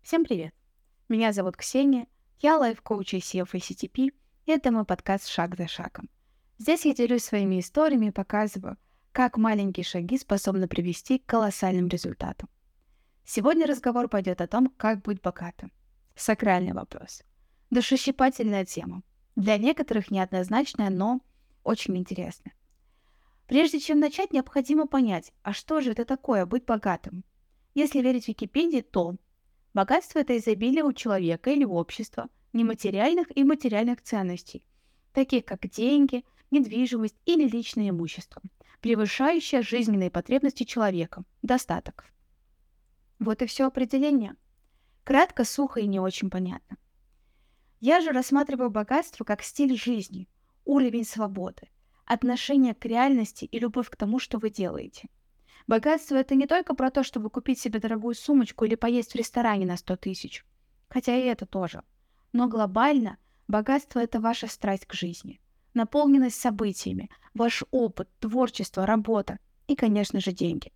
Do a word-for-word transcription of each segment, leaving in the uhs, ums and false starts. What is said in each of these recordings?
Всем привет! Меня зовут Ксения, я лайф-коуч и си эф и си ти пи, и это мой подкаст «Шаг за шагом». Здесь я делюсь своими историями и показываю, как маленькие шаги способны привести к колоссальным результатам. Сегодня разговор пойдет о том, как быть богатым. Сакральный вопрос. Душещипательная тема. Для некоторых неоднозначная, но очень интересная. Прежде чем начать, необходимо понять, а что же это такое быть богатым? Если верить Википедии, то богатство — это изобилие у человека или общества нематериальных и материальных ценностей, таких как деньги, недвижимость или личное имущество, превышающее жизненные потребности человека, достаток. Вот и все определение. Кратко, сухо и не очень понятно. Я же рассматриваю богатство как стиль жизни, уровень свободы, отношение к реальности и любовь к тому, что вы делаете. Богатство — это не только про то, чтобы купить себе дорогую сумочку или поесть в ресторане на сто тысяч, хотя и это тоже. Но глобально богатство — это ваша страсть к жизни, наполненность событиями, ваш опыт, творчество, работа и, конечно же, деньги.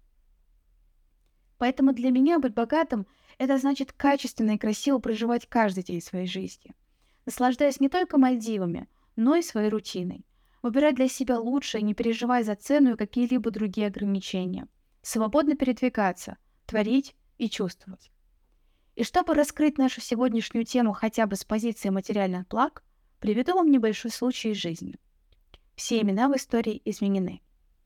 Поэтому для меня быть богатым — это значит качественно и красиво проживать каждый день своей жизни, наслаждаясь не только Мальдивами, но и своей рутиной. Выбирать для себя лучшее, не переживая за цену и какие-либо другие ограничения. Свободно передвигаться, творить и чувствовать. И чтобы раскрыть нашу сегодняшнюю тему хотя бы с позиции материальных благ, приведу вам небольшой случай из жизни. Все имена в истории изменены.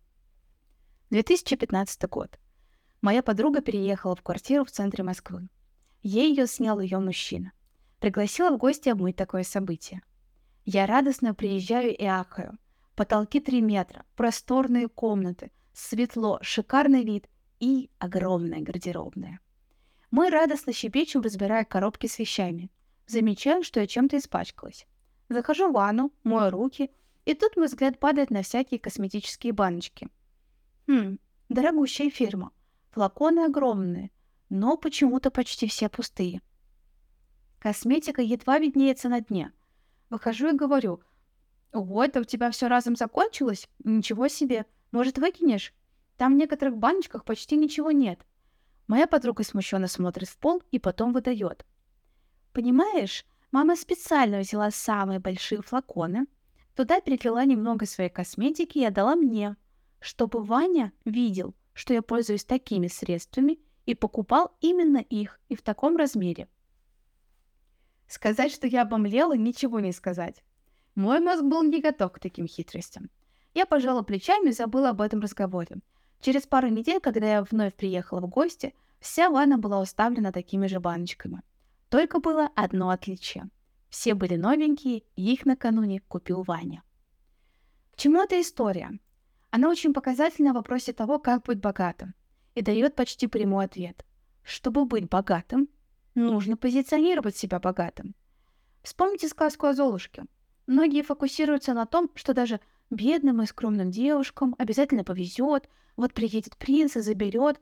две тысячи пятнадцатый год. Моя подруга переехала в квартиру в центре Москвы. Ей ее снял ее мужчина. Пригласила в гости обмыть такое событие. Я радостно приезжаю и ахаю. Потолки три метра, просторные комнаты, светло, шикарный вид и огромная гардеробная. Мы радостно щебечем, разбирая коробки с вещами. Замечаю, что я чем-то испачкалась. Захожу в ванну, мою руки, и тут мой взгляд падает на всякие косметические баночки. Хм, дорогущая фирма. Флаконы огромные, но почему-то почти все пустые. Косметика едва виднеется на дне. Выхожу и говорю: «Ого, это у тебя все разом закончилось? Ничего себе! Может, выкинешь? Там в некоторых баночках почти ничего нет». Моя подруга смущенно смотрит в пол и потом выдает: «Понимаешь, мама специально взяла самые большие флаконы, туда перелила немного своей косметики и отдала мне, чтобы Ваня видел, что я пользуюсь такими средствами и покупал именно их и в таком размере». Сказать, что я обомлела, ничего не сказать. Мой мозг был не готов к таким хитростям. Я пожала плечами и забыла об этом разговоре. Через пару недель, когда я вновь приехала в гости, вся ванна была уставлена такими же баночками. Только было одно отличие. Все были новенькие, и их накануне купил Ваня. К чему эта история? Она очень показательна в вопросе того, как быть богатым, и дает почти прямой ответ. Чтобы быть богатым, нужно позиционировать себя богатым. Вспомните сказку о Золушке. Многие фокусируются на том, что даже бедным и скромным девушкам обязательно повезет, вот приедет принц и заберет.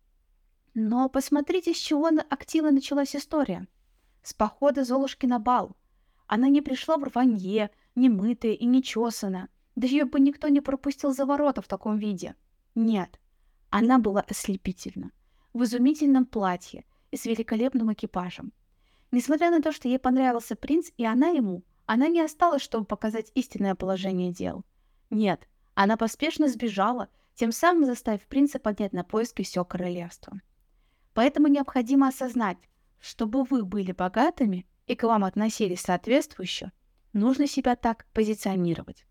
Но посмотрите, с чего активно началась история. С похода Золушки на бал. Она не пришла в рванье, не мытая и не чесана. Да ее бы никто не пропустил за ворота в таком виде. Нет, она была ослепительна, в изумительном платье и с великолепным экипажем. Несмотря на то, что ей понравился принц и она ему, она не осталась, чтобы показать истинное положение дел. Нет, она поспешно сбежала, тем самым заставив принца поднять на поиски все королевство. Поэтому необходимо осознать, чтобы вы были богатыми и к вам относились соответствующе, нужно себя так позиционировать.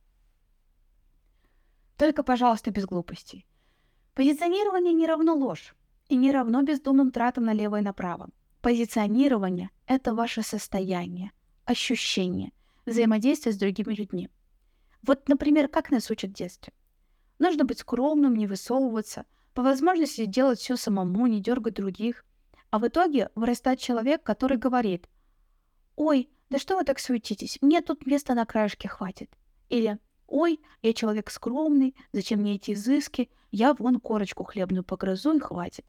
Только, пожалуйста, без глупостей. Позиционирование не равно ложь и не равно бездумным тратам налево и направо. Позиционирование — это ваше состояние, ощущение, взаимодействие с другими людьми. Вот, например, как нас учат в детстве. Нужно быть скромным, не высовываться, по возможности делать все самому, не дергать других. А в итоге вырастает человек, который говорит: «Ой, да что вы так суетитесь, мне тут места на краешке хватит». Или: «Ой, я человек скромный, зачем мне эти изыски, я вон корочку хлебную погрызу и хватит».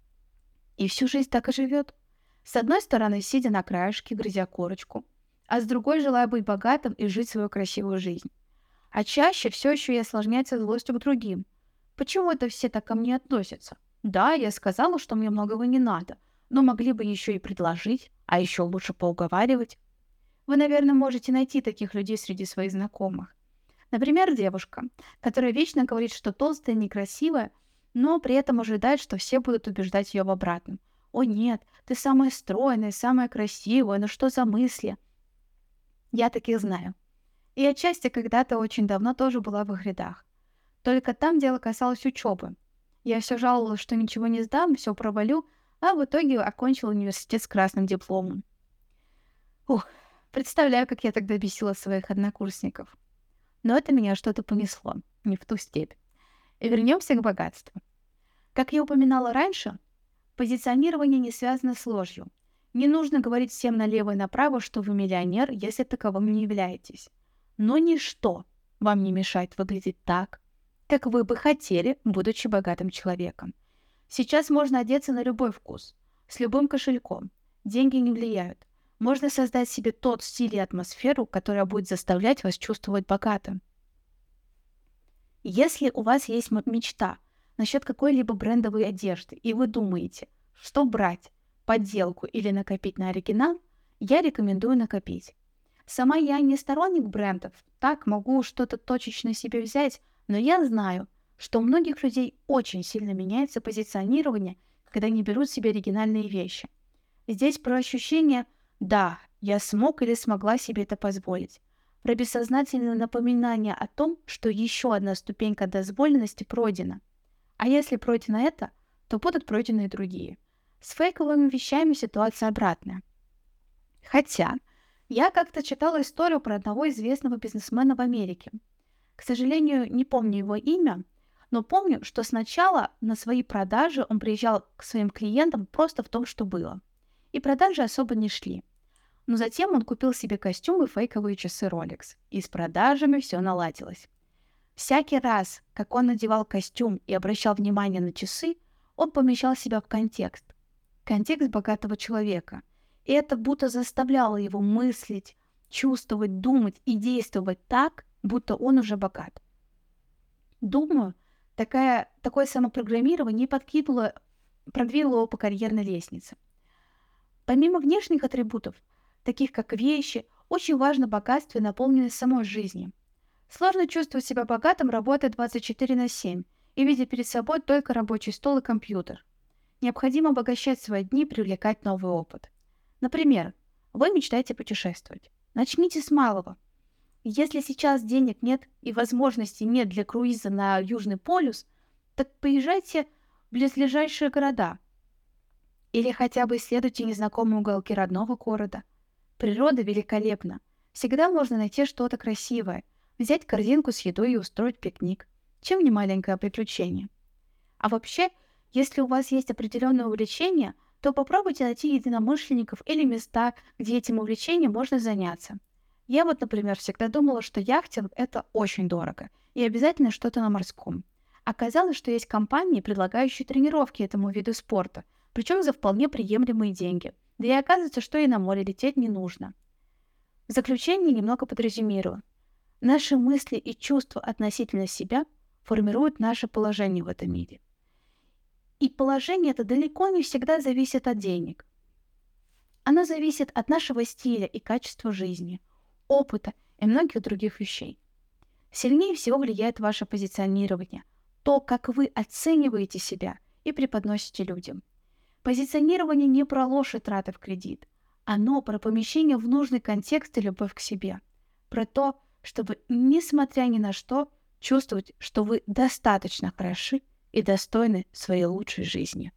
И всю жизнь так и живет. С одной стороны, сидя на краешке, грызя корочку, а с другой, желая быть богатым и жить свою красивую жизнь. А чаще все еще и осложняется злостью к другим. Почему это все так ко мне относятся? Да, я сказала, что мне многого не надо, но могли бы еще и предложить, а еще лучше поуговаривать. Вы, наверное, можете найти таких людей среди своих знакомых. Например, девушка, которая вечно говорит, что толстая некрасивая, но при этом ожидает, что все будут убеждать ее в обратном. «О нет, ты самая стройная, самая красивая, ну что за мысли?» Я таких знаю. И отчасти когда-то очень давно тоже была в их рядах. Только там дело касалось учебы. Я все жаловалась, что ничего не сдам, все провалю, а в итоге окончила университет с красным дипломом. Ух, представляю, как я тогда бесила своих однокурсников. Но это меня что-то понесло, не в ту степь. И вернемся к богатству. Как я упоминала раньше, позиционирование не связано с ложью. Не нужно говорить всем налево и направо, что вы миллионер, если таковым не являетесь. Но ничто вам не мешает выглядеть так, как вы бы хотели, будучи богатым человеком. Сейчас можно одеться на любой вкус, с любым кошельком. Деньги не влияют. Можно создать себе тот стиль и атмосферу, которая будет заставлять вас чувствовать богатым. Если у вас есть мечта насчет какой-либо брендовой одежды, и вы думаете, что брать, подделку или накопить на оригинал, я рекомендую накопить. Сама я не сторонник брендов, так могу что-то точечно себе взять, но я знаю, что у многих людей очень сильно меняется позиционирование, когда они берут себе оригинальные вещи. Здесь про ощущение «да, я смог или смогла себе это позволить», про бессознательное напоминание о том, что еще одна ступенька дозволенности пройдена. А если пройдено это, то будут пройдены и другие. С фейковыми вещами ситуация обратная. Хотя я как-то читала историю про одного известного бизнесмена в Америке. К сожалению, не помню его имя, но помню, что сначала на свои продажи он приезжал к своим клиентам просто в том, что было. И продажи особо не шли. Но затем он купил себе костюм и фейковые часы Rolex. И с продажами все наладилось. Всякий раз, как он надевал костюм и обращал внимание на часы, он помещал себя в контекст. Контекст богатого человека. И это будто заставляло его мыслить, чувствовать, думать и действовать так, будто он уже богат. Думаю, такая, такое самопрограммирование подкинуло, продвинуло его по карьерной лестнице. Помимо внешних атрибутов, таких как вещи, очень важно богатство и наполненность самой жизни. Сложно чувствовать себя богатым, работая двадцать четыре на семь и видя перед собой только рабочий стол и компьютер. Необходимо обогащать свои дни, привлекать новый опыт. Например, вы мечтаете путешествовать. Начните с малого. Если сейчас денег нет и возможностей нет для круиза на Южный полюс, так поезжайте в близлежащие города. Или хотя бы исследуйте незнакомые уголки родного города. Природа великолепна. Всегда можно найти что-то красивое, взять корзинку с едой и устроить пикник. Чем не маленькое приключение? А вообще, если у вас есть определенное увлечение, то попробуйте найти единомышленников или места, где этим увлечением можно заняться. Я вот, например, всегда думала, что яхтинг – это очень дорого, и обязательно что-то на морском. Оказалось, что есть компании, предлагающие тренировки этому виду спорта, причем за вполне приемлемые деньги. Да и оказывается, что и на море лететь не нужно. В заключение немного подрезюмирую. Наши мысли и чувства относительно себя формируют наше положение в этом мире. И положение это далеко не всегда зависит от денег. Оно зависит от нашего стиля и качества жизни, опыта и многих других вещей. Сильнее всего влияет ваше позиционирование, то, как вы оцениваете себя и преподносите людям. Позиционирование не про ложь и траты в кредит. Оно про помещение в нужный контекст и любовь к себе. Про то, чтобы, несмотря ни на что, чувствовать, что вы достаточно хороши и достойны своей лучшей жизни.